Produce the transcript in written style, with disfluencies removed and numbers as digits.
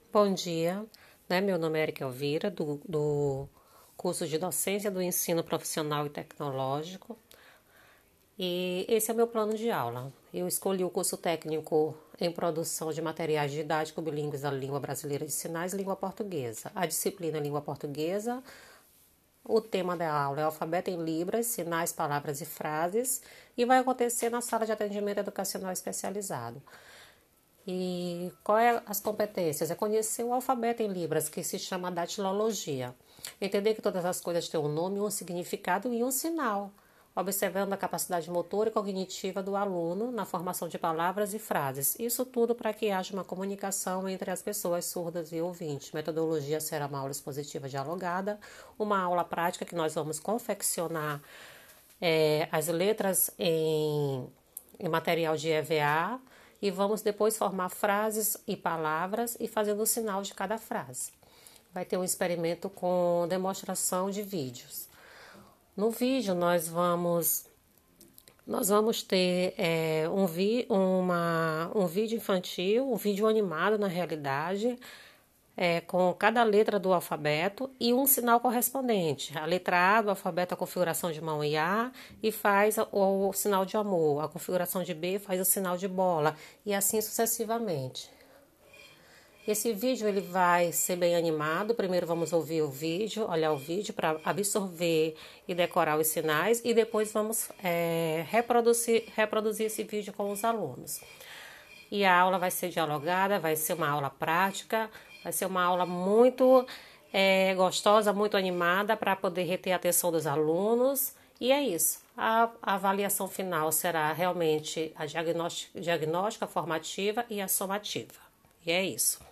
Bom dia, Meu nome é Erika Elvira, do curso de Docência do Ensino Profissional e Tecnológico, e esse é o meu plano de aula. Eu escolhi o curso técnico em produção de materiais didáticos bilíngues da língua brasileira de sinais e língua portuguesa. A disciplina é língua portuguesa, o tema da aula é alfabeto em libras, sinais, palavras e frases, e vai acontecer na sala de atendimento educacional especializado. E qual é as competências? É conhecer o alfabeto em Libras, que se chama datilologia. Entender que todas as coisas têm um nome, um significado e um sinal. Observando a capacidade motora e cognitiva do aluno na formação de palavras e frases. Isso tudo para que haja uma comunicação entre as pessoas surdas e ouvintes. Metodologia será uma aula expositiva dialogada, uma aula prática que nós vamos confeccionar as letras em material de EVA e vamos depois formar frases e palavras e fazendo o sinal de cada frase. Vai ter um experimento com demonstração de vídeos. No vídeo nós vamos ter um vídeo infantil, um vídeo animado na realidade, com cada letra do alfabeto e um sinal correspondente. A letra A do alfabeto, a configuração de mão e A, e faz o sinal de amor. A configuração de B faz o sinal de bola, e assim sucessivamente. Esse vídeo ele vai ser bem animado. Primeiro vamos ouvir o vídeo, olhar o vídeo para absorver e decorar os sinais, e depois vamos reproduzir esse vídeo com os alunos. E a aula vai ser dialogada, vai ser uma aula prática, vai ser uma aula muito gostosa, muito animada para poder reter a atenção dos alunos. E é isso. A avaliação final será realmente a diagnóstica formativa e a somativa. E é isso.